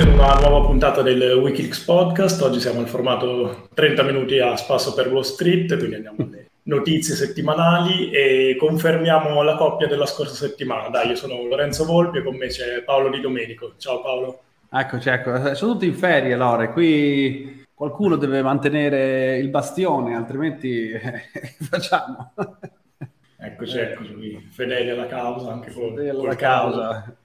in una nuova puntata del Wikileaks Podcast. Oggi siamo al formato 30 minuti a spasso per Wall Street, quindi andiamo alle notizie settimanali e confermiamo la coppia della scorsa settimana. Dai, io sono Lorenzo Volpi e con me c'è Paolo Di Domenico. Ciao Paolo. Eccoci, ecco. Sono tutti in ferie, Lore. Qui qualcuno deve mantenere il bastione, altrimenti facciamo. Eccoci, fedeli alla causa, anche col causa.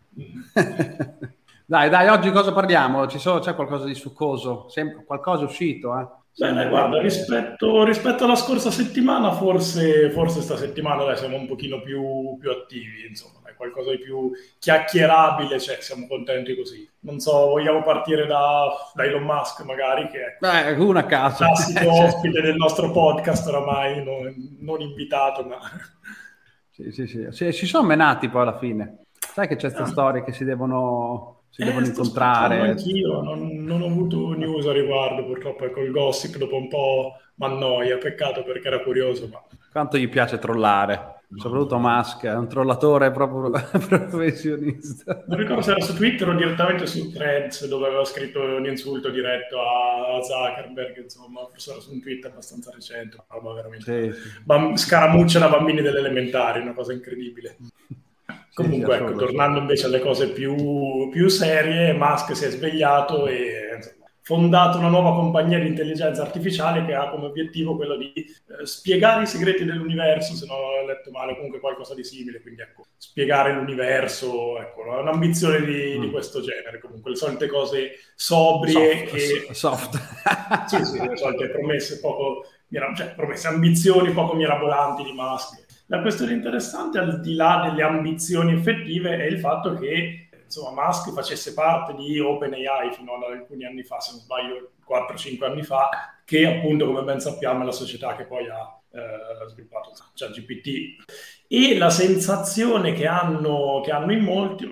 Dai, oggi cosa parliamo? C'è qualcosa di succoso? Qualcosa è uscito, Bene, guarda, rispetto alla scorsa settimana, forse sta settimana dai, siamo un pochino più attivi, insomma, dai, qualcosa di più chiacchierabile, siamo contenti così. Non so, vogliamo partire da Elon Musk magari, che è una caso. Classico ospite del nostro podcast oramai, non invitato, ma... Sì, si sono menati poi alla fine. Sai che c'è questa storia che si devono incontrare. Anch'io non ho avuto news a riguardo, purtroppo, ecco, il gossip dopo un po' m'annoia, peccato perché era curioso. Ma... Quanto gli piace trollare, soprattutto Musk, è un trollatore proprio professionista. Non ricordo se era su Twitter o direttamente su Threads, dove aveva scritto un insulto diretto a Zuckerberg, insomma, forse era su un tweet abbastanza recente, una roba veramente... Sì. Scaramuccia da bambini delle elementari, una cosa incredibile. Comunque, ecco, tornando invece alle cose più serie, Musk si è svegliato e fondato una nuova compagnia di intelligenza artificiale che ha come obiettivo quello di spiegare i segreti dell'universo, se non ho letto male, comunque qualcosa di simile, quindi ecco, spiegare l'universo, ecco, un'ambizione di questo genere, comunque le solite cose sobrie soft. Sì, le solite promesse promesse, ambizioni poco mirabolanti di Musk. La questione interessante, al di là delle ambizioni effettive, è il fatto che insomma, Musk facesse parte di OpenAI fino ad alcuni anni fa, se non sbaglio 4-5 anni fa, che appunto, come ben sappiamo, è la società che poi ha sviluppato ChatGPT. E la sensazione che hanno in molti...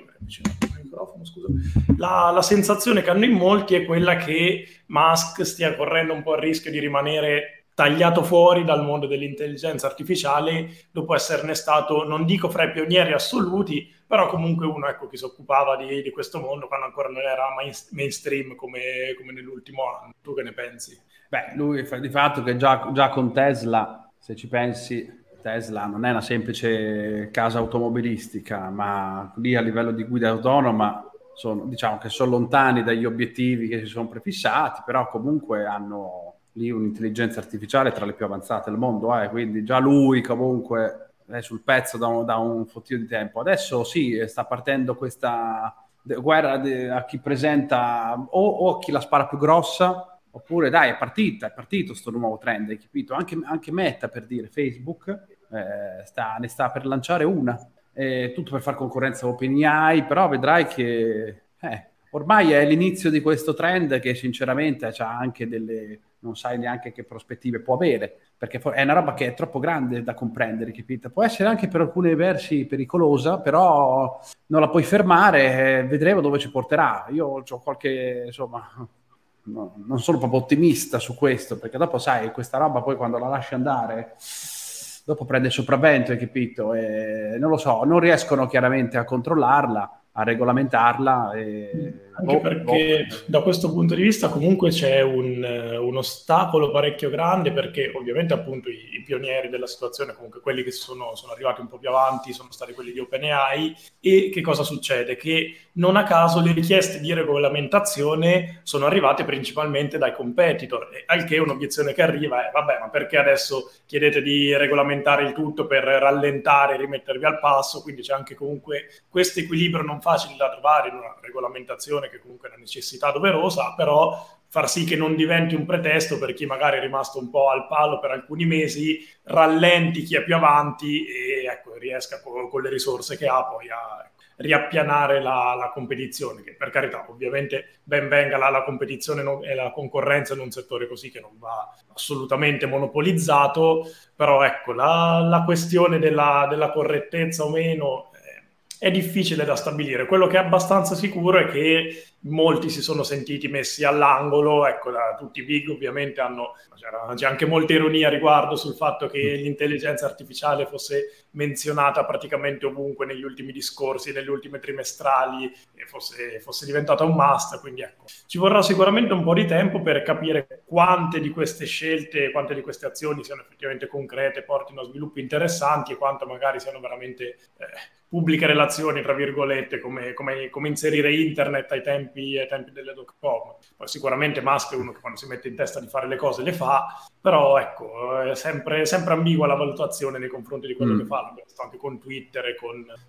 La sensazione che hanno in molti è quella che Musk stia correndo un po' il rischio di rimanere tagliato fuori dal mondo dell'intelligenza artificiale dopo esserne stato, non dico fra i pionieri assoluti, però comunque uno, ecco, che si occupava di questo mondo quando ancora non era mainstream come nell'ultimo anno. Tu che ne pensi? Beh, lui fa di fatto che già con Tesla, se ci pensi, Tesla non è una semplice casa automobilistica, ma lì a livello di guida autonoma diciamo che sono lontani dagli obiettivi che si sono prefissati, però comunque hanno lì un'intelligenza artificiale tra le più avanzate al mondo, quindi già lui comunque è sul pezzo da un fottio di tempo. Adesso sì, sta partendo questa guerra a chi presenta o a chi la spara più grossa, oppure dai, è partito sto nuovo trend, hai capito? Anche Meta, per dire, Facebook ne sta per lanciare una, tutto per far concorrenza a OpenAI, però vedrai che ormai è l'inizio di questo trend che sinceramente c'ha anche non sai neanche che prospettive può avere, perché è una roba che è troppo grande da comprendere, capito? Può essere anche per alcuni versi pericolosa, però non la puoi fermare, vedremo dove ci porterà. Io ho qualche, insomma, no, non sono proprio ottimista su questo, perché dopo sai, questa roba poi quando la lasci andare, dopo prende sopravvento, hai capito? E non lo so, non riescono chiaramente a controllarla, a regolamentarla. Anche perché da questo punto di vista comunque c'è un ostacolo parecchio grande, perché ovviamente appunto i pionieri della situazione, comunque quelli che sono arrivati un po' più avanti, sono stati quelli di OpenAI. E che cosa succede? Che non a caso le richieste di regolamentazione sono arrivate principalmente dai competitor, al che un'obiezione che arriva è: vabbè, ma perché adesso chiedete di regolamentare il tutto per rallentare e rimettervi al passo? Quindi c'è anche comunque questo equilibrio non facile da trovare in una regolamentazione che comunque è una necessità doverosa, però far sì che non diventi un pretesto per chi magari è rimasto un po' al palo per alcuni mesi, rallenti chi è più avanti e ecco, riesca con le risorse che ha poi a riappianare la competizione, che per carità ovviamente ben venga la competizione e la concorrenza in un settore così che non va assolutamente monopolizzato, però ecco, la questione della correttezza o meno è difficile da stabilire. Quello che è abbastanza sicuro è che molti si sono sentiti messi all'angolo, ecco, tutti i big ovviamente c'è anche molta ironia a riguardo sul fatto che l'intelligenza artificiale fosse menzionata praticamente ovunque negli ultimi discorsi, nelle ultime trimestrali, e fosse diventata un must, quindi ecco, ci vorrà sicuramente un po' di tempo per capire quante di queste scelte, quante di queste azioni siano effettivamente concrete, portino a sviluppi interessanti e quanto magari siano veramente pubbliche relazioni, tra virgolette, come inserire internet ai tempi delle dot-com. Poi sicuramente Musk è uno che quando si mette in testa di fare le cose le fa, però ecco, è sempre ambigua la valutazione nei confronti di quello che fa. L'abbiamo visto anche con Twitter e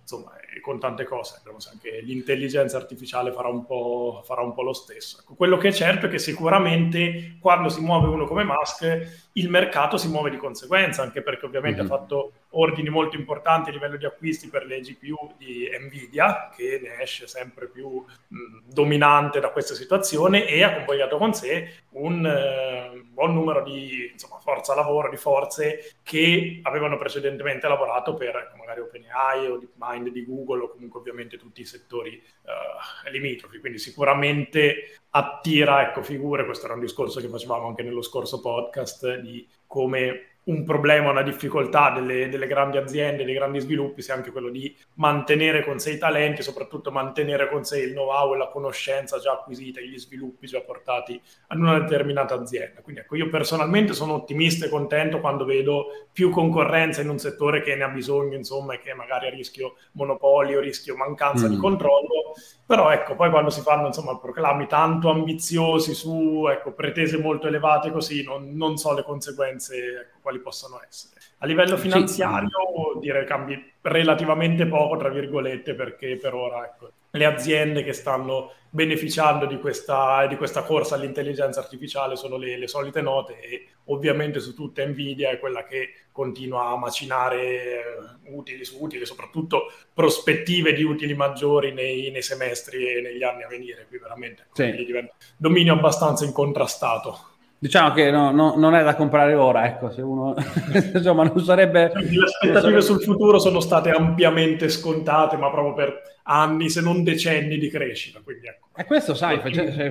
con tante cose. Speriamo anche l'intelligenza artificiale farà un po' lo stesso. Ecco, quello che è certo è che sicuramente quando si muove uno come Musk il mercato si muove di conseguenza, anche perché ovviamente ha fatto ordini molto importanti a livello di acquisti per le GPU di Nvidia, che ne esce sempre più dominante da questa situazione, e ha convogliato con sé un buon numero di forza lavoro, di forze che avevano precedentemente lavorato per magari OpenAI o DeepMind di Google, o comunque ovviamente tutti i settori limitrofi. Quindi sicuramente attira, ecco, figure. Questo era un discorso che facevamo anche nello scorso podcast, di come un problema, una difficoltà delle grandi aziende, dei grandi sviluppi, sia anche quello di mantenere con sé i talenti, soprattutto mantenere con sé il know-how e la conoscenza già acquisita, gli sviluppi già portati ad una determinata azienda. Quindi ecco, io personalmente sono ottimista e contento quando vedo più concorrenza in un settore che ne ha bisogno, insomma, e che magari a rischio monopolio, rischio mancanza di controllo. Però ecco, poi quando si fanno proclami tanto ambiziosi su pretese molto elevate così, non so le conseguenze, quali possano essere. A livello finanziario direi cambi relativamente poco, tra virgolette, perché per ora le aziende che stanno beneficiando di questa corsa all'intelligenza artificiale sono le solite note, e ovviamente su tutte Nvidia è quella che continua a macinare utili su utili, soprattutto prospettive di utili maggiori nei semestri e negli anni a venire. Qui veramente diventa dominio abbastanza incontrastato. Diciamo che non è da comprare ora, ecco, se uno insomma non sarebbe... Le aspettative sul futuro sono state ampiamente scontate, ma proprio per anni, se non decenni di crescita. Quindi ecco. E questo sai,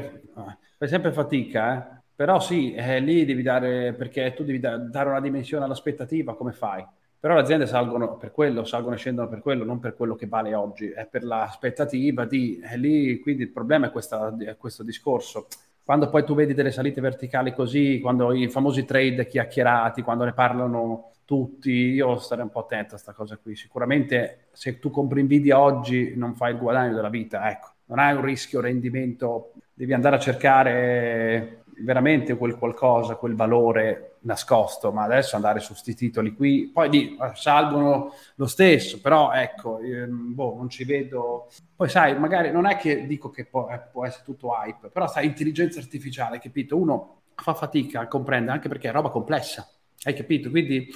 fai sempre fatica, però sì, lì devi dare, perché tu devi dare una dimensione all'aspettativa, come fai? Però le aziende salgono e scendono per quello, non per quello che vale oggi, è per l'aspettativa lì, quindi il problema è questo discorso. Quando poi tu vedi delle salite verticali così, quando i famosi trade chiacchierati, quando ne parlano tutti, io starei un po' attento a questa cosa qui. Sicuramente se tu compri Nvidia oggi non fai il guadagno della vita, ecco, non hai un rischio rendimento, devi andare a cercare veramente quel qualcosa, quel valore nascosto, ma adesso andare su sti titoli qui, poi salgono lo stesso, però ecco, non ci vedo. Poi sai, magari non è che dico che può essere tutto hype, però sai, intelligenza artificiale, capito? Uno fa fatica a comprendere, anche perché è roba complessa, hai capito? Quindi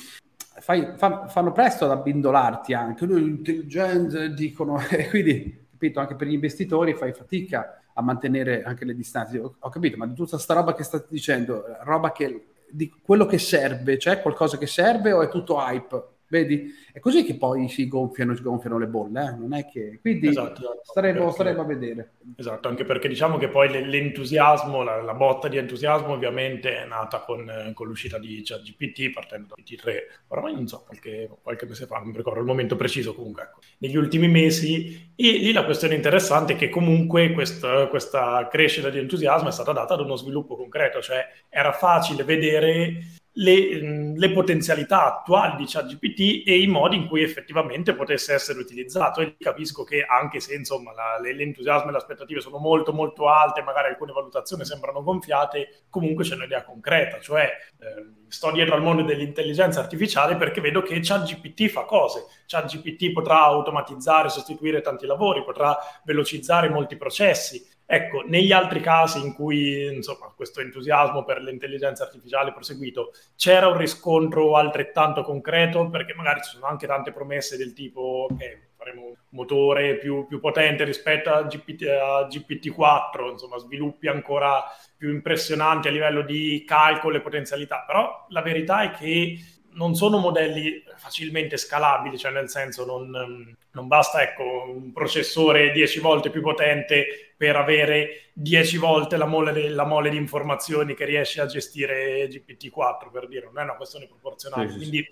fanno presto ad abbindolarti anche, lui intelligente, dicono, e quindi, capito, anche per gli investitori fai fatica a mantenere anche le distanze. Ho capito, ma di tutta sta roba che state dicendo, roba che di quello che serve, c'è qualcosa che serve o è tutto hype? Vedi? È così che poi si gonfiano le bolle, non è che... Quindi esatto, staremo a vedere. Esatto, anche perché diciamo che poi l'entusiasmo, la botta di entusiasmo ovviamente è nata con l'uscita di ChatGPT, partendo da GPT-3, oramai non so, qualche mese fa, non mi ricordo il momento preciso, comunque ecco, negli ultimi mesi, e lì la questione interessante è che comunque questa crescita di entusiasmo è stata data ad uno sviluppo concreto, cioè era facile vedere le potenzialità attuali di ChatGPT e i modi in cui effettivamente potesse essere utilizzato, e capisco che anche se insomma l'entusiasmo e le aspettative sono molto molto alte, magari alcune valutazioni sembrano gonfiate, comunque c'è un'idea concreta, cioè sto dietro al mondo dell'intelligenza artificiale perché vedo che ChatGPT fa cose. ChatGPT potrà automatizzare, sostituire tanti lavori, potrà velocizzare molti processi. Ecco, negli altri casi in cui insomma questo entusiasmo per l'intelligenza artificiale è proseguito, c'era un riscontro altrettanto concreto, perché magari ci sono anche tante promesse del tipo che faremo un motore più potente rispetto a GPT-4, insomma sviluppi ancora più impressionanti a livello di calcolo e potenzialità, però la verità è che non sono modelli facilmente scalabili, cioè nel senso non basta, ecco, un processore 10 volte più potente per avere 10 volte la mole di informazioni che riesce a gestire GPT-4, per dire, non è una questione proporzionale. Sì. Quindi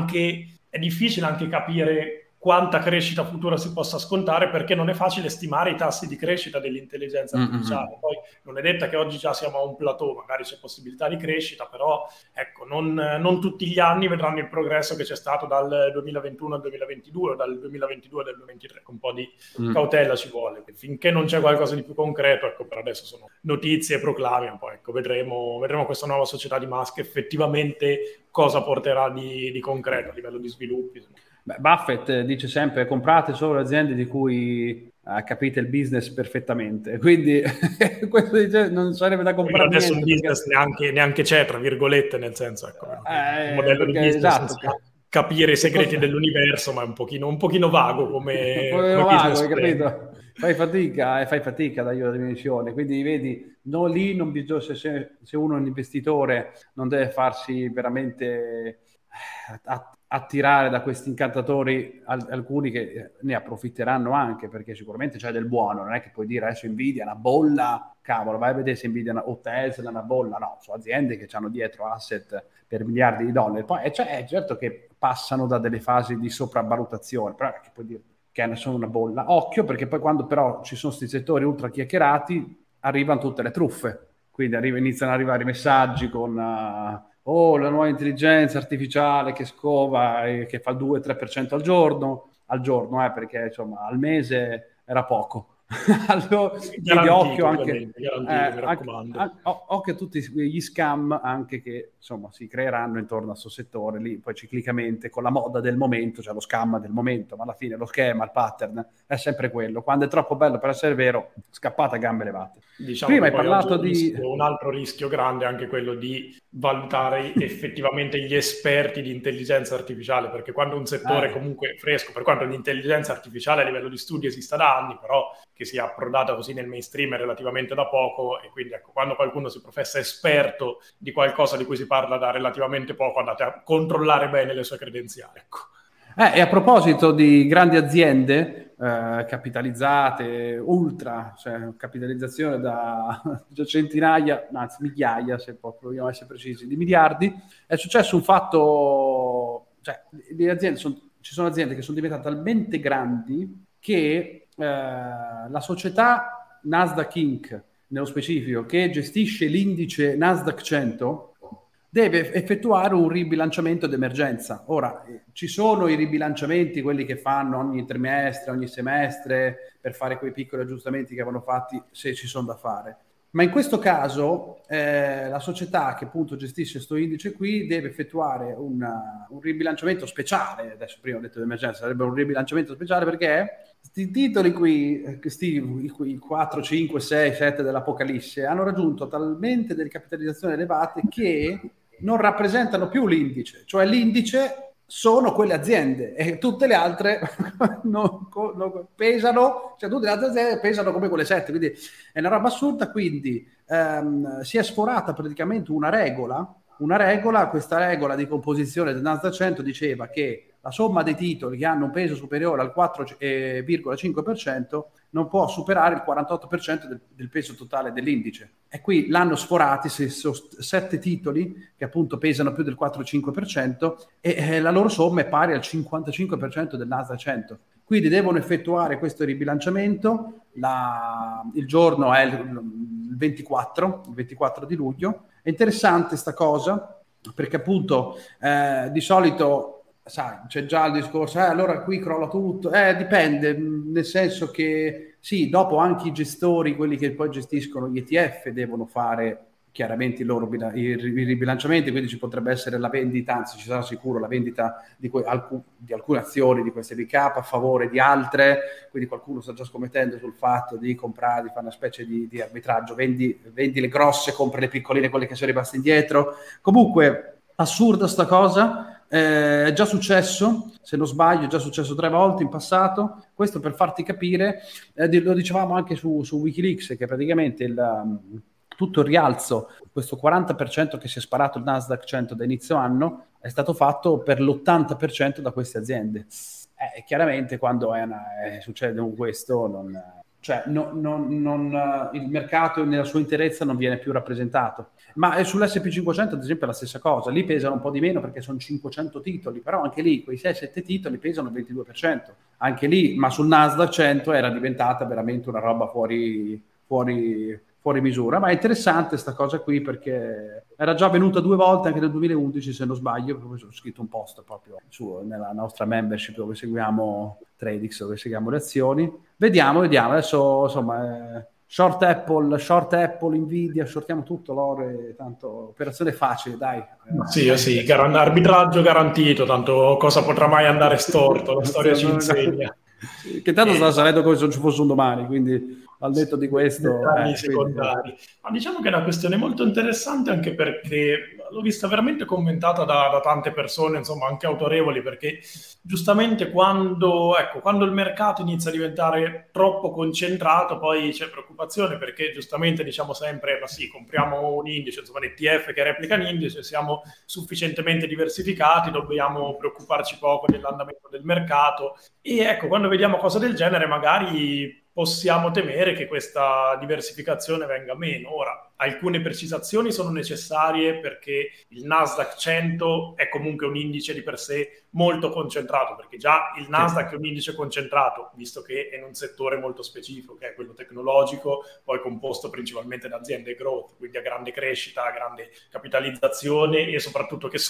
è difficile anche capire quanta crescita futura si possa scontare, perché non è facile stimare i tassi di crescita dell'intelligenza artificiale. Poi non è detta che oggi già siamo a un plateau, magari c'è possibilità di crescita, però ecco, non tutti gli anni vedranno il progresso che c'è stato dal 2021 al 2022 o dal 2022 al 2023, con un po' di cautela ci vuole. Finché non c'è qualcosa di più concreto, ecco, per adesso sono notizie e proclami, un po', ecco, vedremo questa nuova società di Musk effettivamente cosa porterà di concreto a livello di sviluppi. Buffett dice sempre: comprate solo aziende di cui capite il business perfettamente, quindi questo dice, non sarebbe da comprare adesso niente, un business neanche c'è, tra virgolette, nel senso, ecco, un modello di business, esatto, capire i segreti dell'universo, ma è un pochino vago come business, hai capito? Fai fatica ad aiutare la dimensione, quindi vedi, lì non bisogna, se uno è un investitore non deve farsi veramente attirare da questi incantatori, alcuni che ne approfitteranno anche, perché sicuramente c'è del buono, non è che puoi dire adesso Nvidia è una bolla, cavolo, vai a vedere se Nvidia o Tesla è una bolla, no, sono aziende che hanno dietro asset per miliardi di dollari, poi è certo che passano da delle fasi di sopravvalutazione, però è che puoi dire che ne sono una bolla, occhio, perché poi quando però ci sono questi settori ultra chiacchierati arrivano tutte le truffe, quindi iniziano ad arrivare i messaggi con la nuova intelligenza artificiale che scova e che fa il 2-3% al giorno, perché insomma al mese era poco. Allora, quindi occhio anche, occhio a tutti gli scam anche che insomma si creeranno intorno a questo settore lì, poi ciclicamente con la moda del momento, cioè lo scam del momento, ma alla fine lo schema, il pattern è sempre quello. Quando è troppo bello per essere vero, scappate a gambe levate. Diciamo prima hai parlato di un altro rischio grande, anche quello di valutare effettivamente gli esperti di intelligenza artificiale, perché quando un settore è comunque fresco, per quanto l'intelligenza artificiale a livello di studi esista da anni, però che sia approdata così nel mainstream è relativamente da poco, e quindi ecco, quando qualcuno si professa esperto di qualcosa di cui si parla da relativamente poco, andate a controllare bene le sue credenziali, ecco. E a proposito di grandi aziende capitalizzate, ultra, cioè capitalizzazione da centinaia, anzi migliaia, se vogliamo essere precisi, di miliardi, è successo un fatto, cioè le aziende ci sono aziende che sono diventate talmente grandi che la società Nasdaq Inc., nello specifico, che gestisce l'indice Nasdaq 100, deve effettuare un ribilanciamento d'emergenza. Ora, ci sono i ribilanciamenti, quelli che fanno ogni trimestre, ogni semestre, per fare quei piccoli aggiustamenti che vanno fatti se ci sono da fare. Ma in questo caso la società che appunto gestisce questo indice qui deve effettuare un ribilanciamento speciale. Adesso prima ho detto d'emergenza, sarebbe un ribilanciamento speciale perché questi titoli qui, i 4, 5, 6, 7 dell'Apocalisse, hanno raggiunto talmente delle capitalizzazioni elevate che non rappresentano più l'indice, cioè l'indice sono quelle aziende e tutte le altre non pesano, cioè tutte le altre aziende pesano come quelle 7, quindi è una roba assurda. Quindi si è sforata praticamente una regola, questa regola di composizione del Nasdaq 100 diceva che la somma dei titoli che hanno un peso superiore al 4,5% non può superare il 48% del peso totale dell'indice. E qui l'hanno sforati 7 titoli che appunto pesano più del 4,5% e la loro somma è pari al 55% del Nasdaq 100. Quindi devono effettuare questo ribilanciamento, il giorno è il 24 di luglio. È interessante sta cosa perché appunto di solito sai, c'è già il discorso, allora qui crolla tutto, dipende, nel senso che sì, dopo anche i gestori, quelli che poi gestiscono gli ETF, devono fare chiaramente i ribilanciamenti, quindi ci potrebbe essere la vendita, anzi ci sarà sicuro la vendita di alcune azioni di queste big cap a favore di altre, quindi qualcuno sta già scommettendo sul fatto di comprare, di fare una specie di arbitraggio, vendi le grosse, compri le piccoline, quelle che sono rimaste indietro. Comunque assurda sta cosa. È già successo, se non sbaglio, è già successo 3 volte in passato. Questo per farti capire, lo dicevamo anche su Wikileaks, che praticamente tutto il rialzo, questo 40% che si è sparato il Nasdaq 100 da inizio anno, è stato fatto per l'80% da queste aziende. Chiaramente quando succede questo, il mercato nella sua interezza non viene più rappresentato. Ma sull'S&P 500 ad esempio è la stessa cosa, lì pesano un po' di meno perché sono 500 titoli, però anche lì quei 6-7 titoli pesano il 22%, anche lì, ma sul Nasdaq 100 era diventata veramente una roba fuori misura. Ma è interessante sta cosa qui perché era già venuta 2 volte anche nel 2011 se non sbaglio, perché ho scritto un post proprio nella nostra membership dove seguiamo Tradix, dove seguiamo le azioni. Vediamo adesso, insomma, short Apple, Nvidia, shortiamo tutto l'oro, tanto operazione facile, dai. Sì, arbitraggio garantito, tanto cosa potrà mai andare storto, la storia ci insegna. Che tanto sta salendo come se non ci fosse un domani, quindi al netto di questo... dettagli secondari. Ma diciamo che è una questione molto interessante anche perché l'ho vista veramente commentata da tante persone, insomma anche autorevoli, perché giustamente quando il mercato inizia a diventare troppo concentrato poi c'è preoccupazione perché giustamente diciamo sempre ma sì, compriamo un indice, insomma un ETF che replica l'indice, siamo sufficientemente diversificati, dobbiamo preoccuparci poco dell'andamento del mercato e ecco, quando vediamo cose del genere magari possiamo temere che questa diversificazione venga meno. Ora, alcune precisazioni sono necessarie perché il Nasdaq 100 è comunque un indice di per sé molto concentrato, perché già il Nasdaq è un indice concentrato, visto che è in un settore molto specifico, che è quello tecnologico, poi composto principalmente da aziende growth, quindi a grande crescita, a grande capitalizzazione e soprattutto che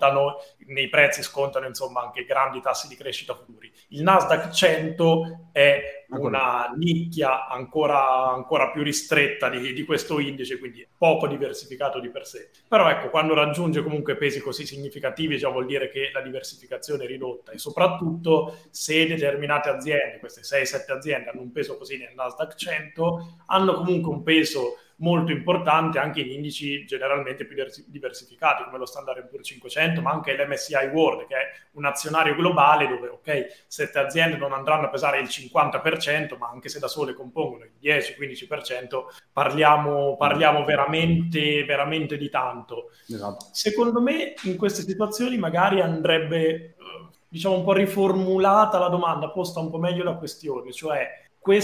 nei prezzi scontano insomma anche grandi tassi di crescita futuri. Il Nasdaq 100 è una nicchia ancora più ristretta di questo indice, quindi poco diversificato di per sé. Però ecco, quando raggiunge comunque pesi così significativi già vuol dire che la diversificazione è ridotta e soprattutto se determinate aziende, queste 6-7 aziende hanno un peso così nel Nasdaq 100, hanno comunque un peso molto importante anche in indici generalmente più diversificati come lo Standard & Poor's 500 ma anche l'MSCI World che è un azionario globale dove ok, 7 aziende non andranno a pesare il 50% ma anche se da sole compongono il 10-15% parliamo veramente, veramente di tanto. Esatto. Secondo me in queste situazioni magari andrebbe diciamo un po' riformulata la domanda, posta un po' meglio la questione, cioè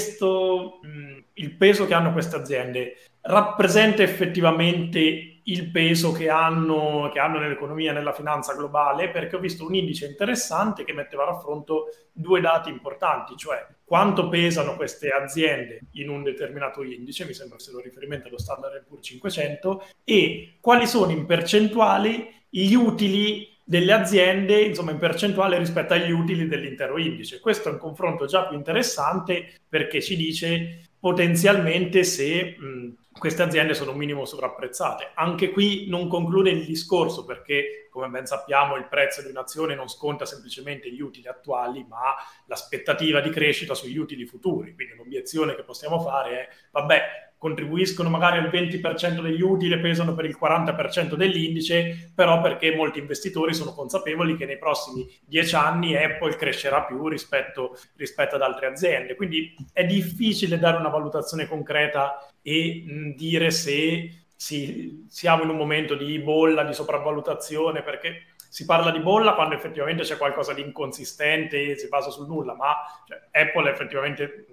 il peso che hanno queste aziende rappresenta effettivamente il peso che hanno nell'economia e nella finanza globale, perché ho visto un indice interessante che metteva a raffronto 2 dati importanti, cioè quanto pesano queste aziende in un determinato indice, mi sembra sia un riferimento allo Standard & Poor's 500, e quali sono in percentuale gli utili delle aziende, insomma in percentuale rispetto agli utili dell'intero indice. Questo è un confronto già più interessante perché ci dice potenzialmente se queste aziende sono un minimo sovrapprezzate. Anche qui non conclude il discorso perché, come ben sappiamo, il prezzo di un'azione non sconta semplicemente gli utili attuali, ma l'aspettativa di crescita sugli utili futuri. Quindi l'obiezione che possiamo fare è, vabbè, contribuiscono magari al 20% degli utili, pesano per il 40% dell'indice, però perché molti investitori sono consapevoli che nei prossimi 10 anni Apple crescerà più rispetto ad altre aziende. Quindi è difficile dare una valutazione concreta e dire se siamo in un momento di bolla, di sopravvalutazione, perché si parla di bolla quando effettivamente c'è qualcosa di inconsistente e si basa sul nulla, ma Apple effettivamente...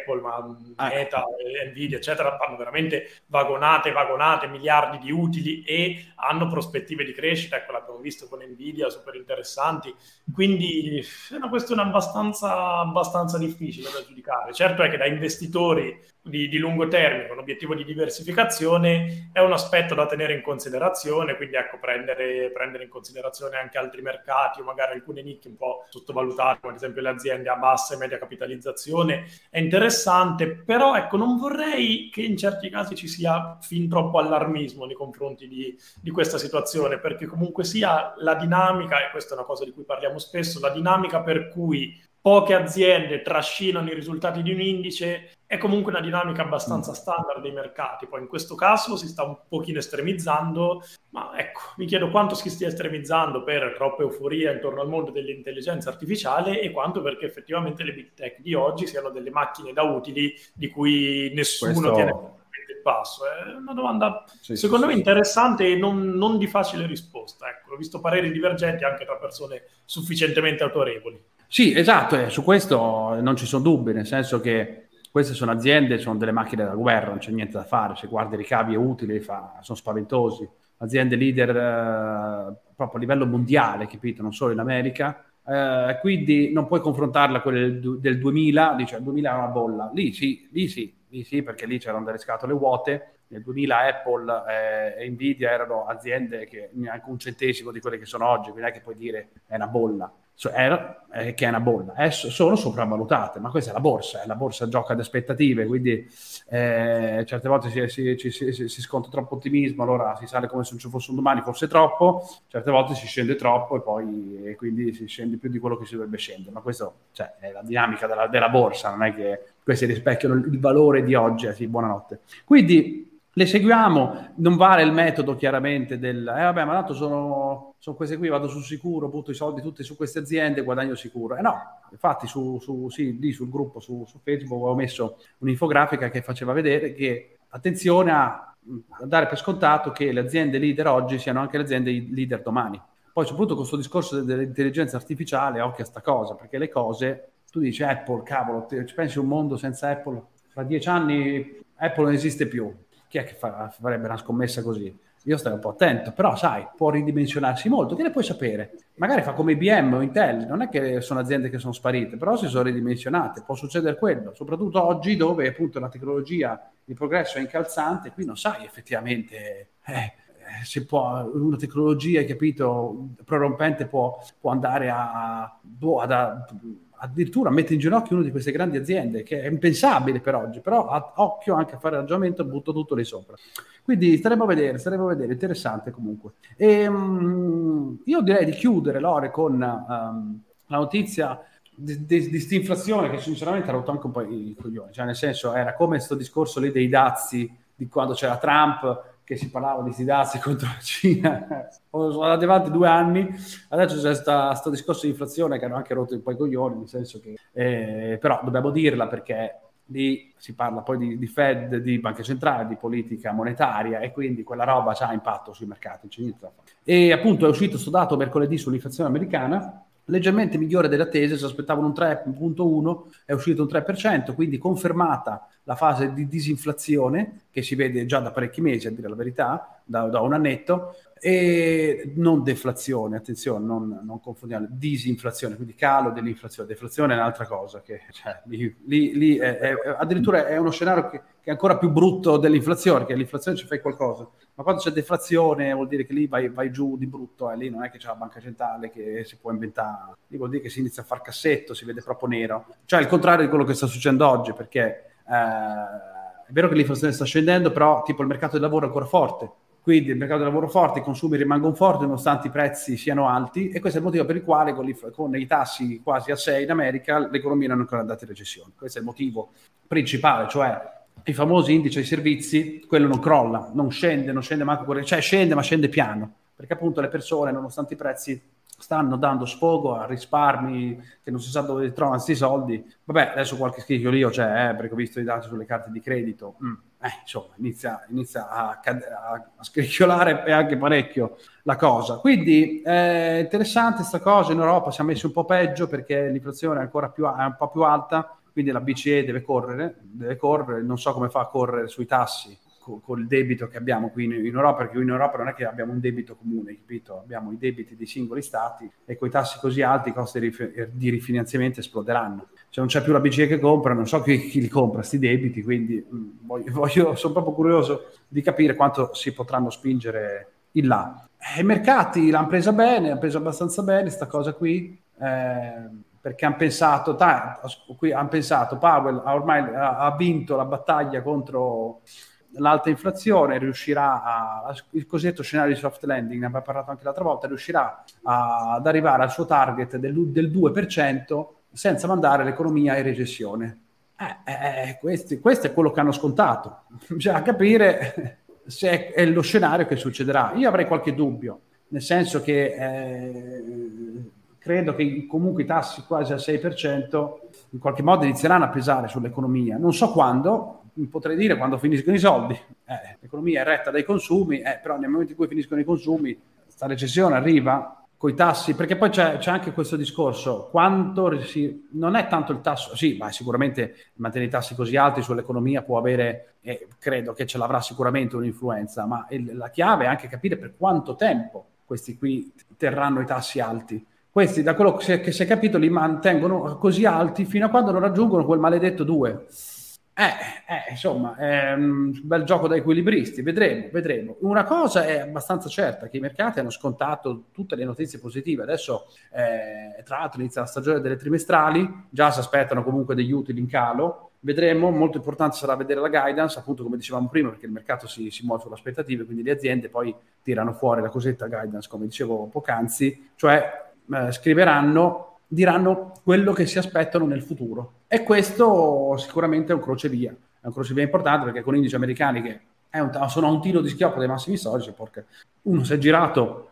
ma Meta, Nvidia, eccetera, fanno veramente vagonate, miliardi di utili e hanno prospettive di crescita, ecco l'abbiamo visto con Nvidia, super interessanti, quindi è una questione abbastanza difficile da giudicare. Certo è che da investitori di lungo termine, con obiettivo di diversificazione, è un aspetto da tenere in considerazione, quindi ecco, prendere in considerazione anche altri mercati o magari alcune nicchie un po' sottovalutate, come ad esempio le aziende a bassa e media capitalizzazione, è interessante, però ecco, non vorrei che in certi casi ci sia fin troppo allarmismo nei confronti di questa situazione, perché comunque sia la dinamica, e questa è una cosa di cui parliamo spesso, la dinamica per cui poche aziende trascinano i risultati di un indice è comunque una dinamica abbastanza standard dei mercati. Poi in questo caso si sta un pochino estremizzando, ma ecco, mi chiedo quanto si stia estremizzando per troppa euforia intorno al mondo dell'intelligenza artificiale e quanto perché effettivamente le big tech di oggi siano delle macchine da utili di cui nessuno tiene passo? È una domanda secondo me interessante e non di facile risposta. Ecco, ho visto pareri divergenti anche tra persone sufficientemente autorevoli. Sì, esatto, su questo non ci sono dubbi, nel senso che queste sono aziende, sono delle macchine da guerra, non c'è niente da fare, se guardi i ricavi e utili sono spaventosi. Aziende leader proprio a livello mondiale, capito? Non solo in America. Quindi non puoi confrontarla con quelle del 2000, dice il 2000 è una bolla. Lì sì, perché lì c'erano delle scatole vuote. Nel 2000 Apple e Nvidia erano aziende che neanche un centesimo di quelle che sono oggi, quindi non è che puoi dire è una bolla. Che è una bolla, sono sopravvalutate, ma questa è la borsa gioca ad aspettative, quindi certe volte si sconta troppo ottimismo, allora si sale come se non ci fosse un domani, forse troppo, certe volte si scende troppo e quindi si scende più di quello che si dovrebbe scendere, ma questo è la dinamica della borsa, non è che questi rispecchiano il valore di oggi, sì, buonanotte. Quindi le seguiamo, non vale il metodo chiaramente vabbè, ma tanto sono queste qui, vado sul sicuro, butto i soldi tutti su queste aziende, guadagno sicuro. No, infatti lì sul gruppo su Facebook ho messo un'infografica che faceva vedere che attenzione a dare per scontato che le aziende leader oggi siano anche le aziende leader domani. Poi soprattutto con questo discorso dell'intelligenza artificiale, occhio a sta cosa, perché le cose, tu dici Apple, cavolo, ci pensi un mondo senza Apple? Fra 10 anni Apple non esiste più. Chi è che farebbe una scommessa così? Io starei un po' attento, però sai, può ridimensionarsi molto, che ne puoi sapere? Magari fa come IBM o Intel, non è che sono aziende che sono sparite, però si sono ridimensionate, può succedere quello, soprattutto oggi dove appunto la tecnologia di progresso è incalzante, qui non sai effettivamente se può, una tecnologia, capito, prorompente può andare addirittura mette in ginocchio una di queste grandi aziende, che è impensabile per oggi, però occhio anche a fare ragionamento, butto tutto lì sopra. Quindi staremo a vedere, interessante comunque. Io direi di chiudere, Lore, con la notizia di st'inflazione che sinceramente ha rotto anche un po' i coglioni, cioè nel senso era come sto discorso lì dei dazi di quando c'era Trump, che si parlava di sti dazi contro la Cina, sono andati avanti 2 anni, adesso c'è questo discorso di inflazione che hanno anche rotto un po' i coglioni, nel senso che però dobbiamo dirla perché lì si parla poi di Fed, di banche centrali, di politica monetaria e quindi quella roba ha impatto sui mercati, c'è niente da fare. E appunto è uscito questo dato mercoledì sull'inflazione americana, leggermente migliore delle attese, si aspettavano un 3,1, è uscito un 3%, quindi confermata la fase di disinflazione che si vede già da parecchi mesi, a dire la verità, da un annetto, e non deflazione, attenzione, non confondiamo, disinflazione, quindi calo dell'inflazione. Deflazione è un'altra cosa, che lì addirittura è uno scenario che è ancora più brutto dell'inflazione, che l'inflazione ci fai qualcosa, ma quando c'è deflazione vuol dire che lì vai giù di brutto, lì non è che c'è la banca centrale che si può inventare, lì vuol dire che si inizia a far cassetto, si vede proprio nero, cioè il contrario di quello che sta succedendo oggi, perché è vero che l'inflazione sta scendendo, però tipo il mercato del lavoro è ancora forte, quindi il mercato del lavoro forte, i consumi rimangono forti nonostante i prezzi siano alti, e questo è il motivo per il quale con i tassi quasi a 6 in America l'economia non è ancora andata in recessione. Questo è il motivo principale, cioè i famosi indici ai servizi, quello non crolla, non scende manco, cioè scende ma scende piano, perché appunto le persone nonostante i prezzi stanno dando sfogo a risparmi che non si sa dove trovano questi soldi. Vabbè, adesso qualche scricchiolio c'è, perché ho visto i dati sulle carte di credito, insomma inizia a scricchiolare e anche parecchio la cosa. Quindi è interessante sta cosa. In Europa siamo messi un po' peggio perché l'inflazione è ancora è un po' più alta, quindi la BCE deve correre, non so come fa a correre sui tassi con il debito che abbiamo qui in Europa, perché in Europa non è che abbiamo un debito comune, capito? Abbiamo i debiti dei singoli stati e con i tassi così alti i costi di rifinanziamento esploderanno. Cioè non c'è più la BCE che compra, non so chi li compra sti debiti, quindi sono proprio curioso di capire quanto si potranno spingere in là. I mercati l'hanno presa bene, hanno preso abbastanza bene sta cosa qui, perché hanno pensato Powell ormai ha vinto la battaglia contro l'alta inflazione, riuscirà il cosiddetto scenario di soft landing, ne abbiamo parlato anche l'altra volta, riuscirà ad arrivare al suo target del 2% senza mandare l'economia in recessione. Questo è quello che hanno scontato. Bisogna capire se è lo scenario che succederà. Io avrei qualche dubbio, nel senso che credo che comunque i tassi quasi al 6% in qualche modo inizieranno a pesare sull'economia. Non so quando, potrei dire quando finiscono i soldi, l'economia è retta dai consumi, però nel momento in cui finiscono i consumi, sta recessione arriva coi tassi, perché poi c'è anche questo discorso, non è tanto il tasso, sì, ma sicuramente mantenere i tassi così alti sull'economia può avere, credo che ce l'avrà sicuramente un'influenza, ma la chiave è anche capire per quanto tempo questi qui terranno i tassi alti. Questi, da quello che si è capito, li mantengono così alti fino a quando non raggiungono quel maledetto 2. Insomma, è un bel gioco da equilibristi, vedremo. Una cosa è abbastanza certa, che i mercati hanno scontato tutte le notizie positive. Adesso, tra l'altro, inizia la stagione delle trimestrali, già si aspettano comunque degli utili in calo. Vedremo, molto importante sarà vedere la guidance, appunto come dicevamo prima, perché il mercato si muove sulle aspettative, quindi le aziende poi tirano fuori la cosiddetta guidance, come dicevo poc'anzi, cioè diranno quello che si aspettano nel futuro, e questo sicuramente è un crocevia importante, perché con indici americani che sono a un tiro di schioppo dai massimi storici, perché uno si è girato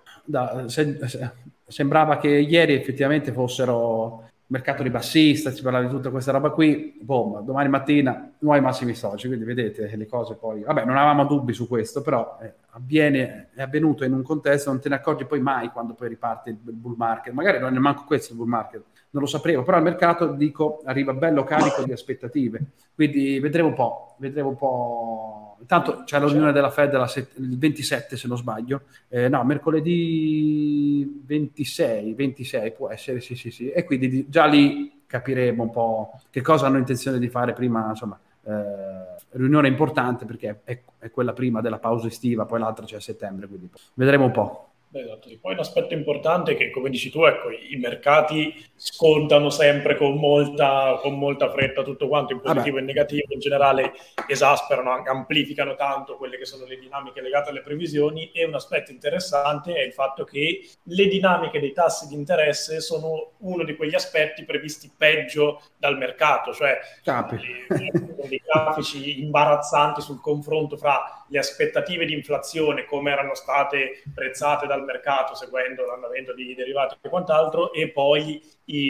sembrava che ieri effettivamente fossero mercato ribassista, si parlava di tutta questa roba qui, boom, domani mattina nuovi massimi storici, quindi vedete le cose poi, vabbè, non avevamo dubbi su questo, però è avvenuto in un contesto, non te ne accorgi poi mai quando poi riparte il bull market, magari non è manco questo il bull market, non lo sapevo, però il mercato, dico, arriva bello carico di aspettative, quindi vedremo un po'. Intanto c'è la riunione della Fed il 27, se non sbaglio, no, mercoledì 26 può essere, sì, e quindi già lì capiremo un po' che cosa hanno intenzione di fare prima, insomma, riunione importante, perché è quella prima della pausa estiva, poi l'altra c'è a settembre, quindi vedremo un po'. Esatto. Poi un aspetto importante è che, come dici tu, ecco, i mercati scontano sempre con molta fretta tutto quanto, in positivo e in negativo, in generale esasperano, amplificano tanto quelle che sono le dinamiche legate alle previsioni, e un aspetto interessante è il fatto che le dinamiche dei tassi di interesse sono uno di quegli aspetti previsti peggio dal mercato, cioè dei grafici imbarazzanti sul confronto fra le aspettative di inflazione, come erano state prezzate dal mercato seguendo l'andamento di derivati e quant'altro, e poi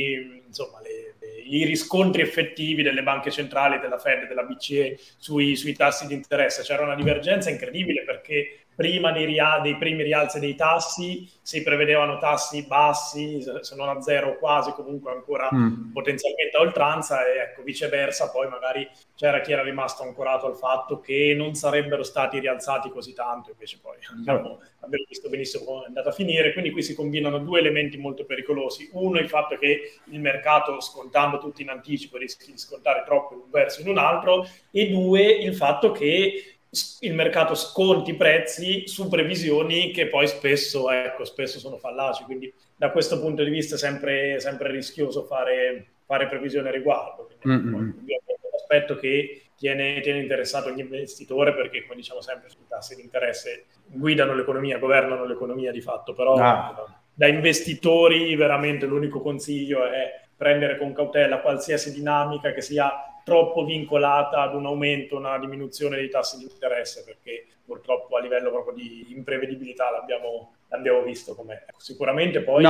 i riscontri effettivi delle banche centrali, della Fed e della BCE sui tassi di interesse. C'era una divergenza incredibile, perché prima dei primi rialzi dei tassi si prevedevano tassi bassi, se non a zero quasi, comunque ancora potenzialmente a oltranza, e ecco, viceversa poi magari c'era chi era rimasto ancorato al fatto che non sarebbero stati rialzati così tanto, invece poi abbiamo visto benissimo come è andata a finire. Quindi qui si combinano due elementi molto pericolosi: uno, il fatto che il mercato, scontando tutto in anticipo, rischi di scontare troppo in un verso o in un altro, e due, il fatto che il mercato sconti i prezzi su previsioni che poi spesso sono fallaci. Quindi da questo punto di vista è sempre rischioso fare previsione a riguardo. Quindi, è un aspetto che tiene interessato ogni investitore, perché, come diciamo sempre, i tassi di interesse guidano l'economia, governano l'economia di fatto, però da investitori veramente l'unico consiglio è prendere con cautela qualsiasi dinamica che sia troppo vincolata ad un aumento, una diminuzione dei tassi di interesse, perché purtroppo a livello proprio di imprevedibilità l'abbiamo visto com'è. Sicuramente poi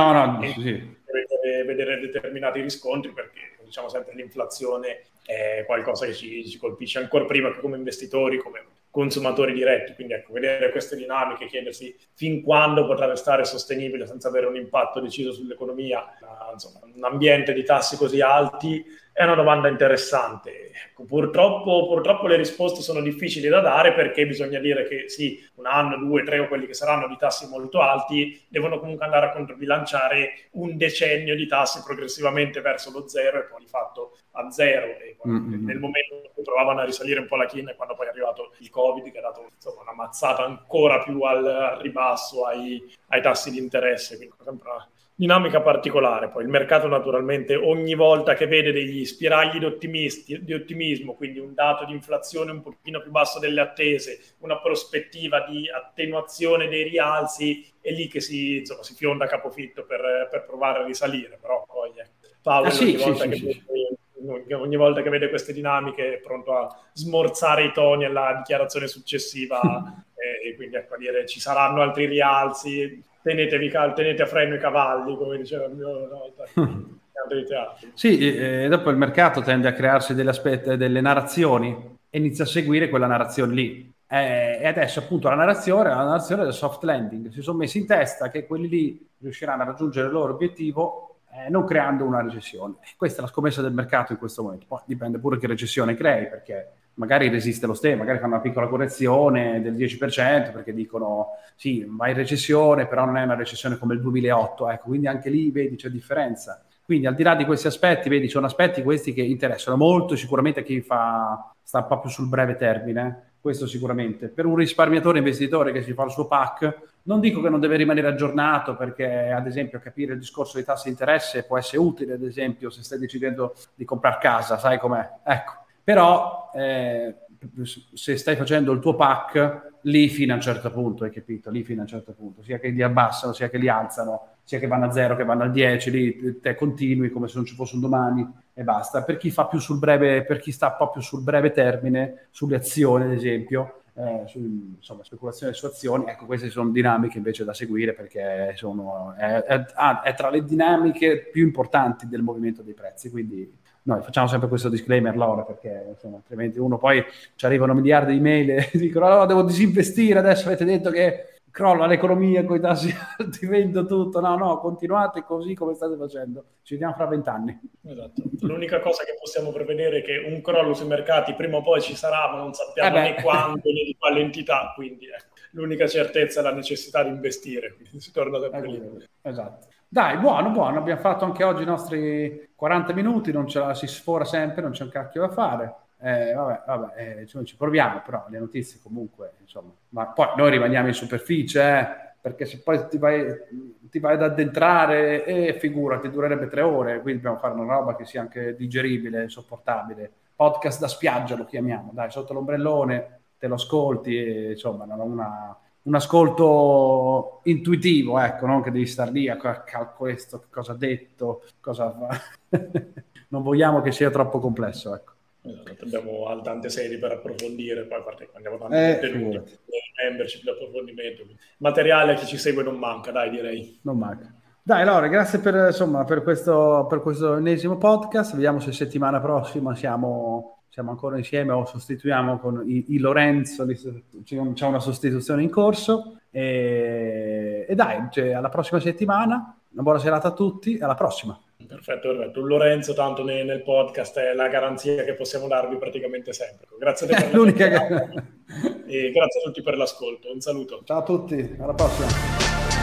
vedere determinati riscontri, perché, diciamo sempre, l'inflazione è qualcosa che ci colpisce ancora prima che come investitori, come consumatori diretti. Quindi ecco, vedere queste dinamiche, chiedersi fin quando potrà restare sostenibile senza avere un impatto deciso sull'economia, un ambiente di tassi così alti, è una domanda interessante. Ecco, purtroppo le risposte sono difficili da dare, perché bisogna dire che sì, un anno, 2, 3 o quelli che saranno di tassi molto alti devono comunque andare a controbilanciare un decennio di tassi progressivamente verso lo zero, e poi di fatto a zero. E nel momento in cui provavano a risalire un po' la china, quando poi è arrivato il Covid, che ha dato una mazzata ancora più al ribasso ai tassi di interesse. Quindi sempre una dinamica particolare. Poi il mercato, naturalmente, ogni volta che vede degli spiragli di ottimismo, quindi un dato di inflazione un pochino più basso delle attese, una prospettiva di attenuazione dei rialzi, è lì che si fionda a capofitto per provare a risalire. Però poi Powell ogni volta che vede queste dinamiche è pronto a smorzare i toni alla dichiarazione successiva, e quindi ecco, a dire ci saranno altri rialzi, tenete a freno i cavalli, come diceva il mio volta. Sì, dopo il mercato tende a crearsi delle narrazioni e inizia a seguire quella narrazione lì. E adesso appunto la narrazione del soft landing, si sono messi in testa che quelli lì riusciranno a raggiungere il loro obiettivo non creando una recessione. E questa è la scommessa del mercato in questo momento. Poi dipende pure che recessione crei, perché magari resiste lo stesso, magari fanno una piccola correzione del 10% perché dicono sì, va in recessione, però non è una recessione come il 2008, ecco, quindi anche lì vedi c'è differenza. Quindi al di là di questi aspetti, vedi, sono aspetti questi che interessano molto sicuramente a chi sta un po' più sul breve termine, questo sicuramente. Per un risparmiatore investitore che si fa il suo PAC, non dico che non deve rimanere aggiornato, perché ad esempio capire il discorso di tassi di interesse può essere utile, ad esempio se stai decidendo di comprare casa, sai com'è, ecco. Però se stai facendo il tuo PAC lì fino a un certo punto, hai capito? Lì fino a un certo punto, sia che li abbassano, sia che li alzano, sia che vanno a 0, che vanno al 10, lì te continui come se non ci fosse un domani e basta. Per chi fa più sul breve, per chi sta un po' più sul breve termine, sulle azioni ad esempio, insomma, speculazione su azioni, ecco, queste sono dinamiche invece da seguire, perché è tra le dinamiche più importanti del movimento dei prezzi, quindi noi facciamo sempre questo disclaimer, Laura, perché insomma, altrimenti uno poi ci arrivano miliardi di mail e dicono no, devo disinvestire, adesso avete detto che crolla l'economia con i tassi alti, vendo tutto. No, continuate così come state facendo, ci vediamo fra 20 anni. Esatto. L'unica cosa che possiamo prevedere è che un crollo sui mercati prima o poi ci sarà, ma non sappiamo né quando né di quale entità, quindi l'unica certezza è la necessità di investire, quindi si torna sempre lì. Esatto. Dai, buono, abbiamo fatto anche oggi i nostri 40 minuti, non ce la si sfora sempre, non c'è un cacchio da fare. Ci proviamo, però le notizie comunque, insomma, ma poi noi rimaniamo in superficie, perché se poi ti vai ad addentrare, figurati, durerebbe 3 ore, quindi dobbiamo fare una roba che sia anche digeribile, sopportabile. Podcast da spiaggia lo chiamiamo, dai, sotto l'ombrellone, te lo ascolti, e, insomma, un ascolto intuitivo, ecco, non che devi star lì a questo, cosa ha detto, cosa fa. Non vogliamo che sia troppo complesso, ecco. Esatto, abbiamo tante sedi per approfondire, poi a parte che andiamo tanti contenuti, membership di approfondimento, materiale a chi ci segue non manca, dai, direi. Non manca. Dai, Laura, grazie per questo ennesimo podcast. Vediamo se settimana prossima siamo ancora insieme o sostituiamo con i Lorenzo, c'è una sostituzione in corso. E dai, alla prossima settimana. Una buona serata a tutti, alla prossima. Perfetto. Un Lorenzo tanto nel podcast è la garanzia che possiamo darvi praticamente sempre. Grazie a te per l'unica e grazie a tutti per l'ascolto. Un saluto. Ciao a tutti, alla prossima.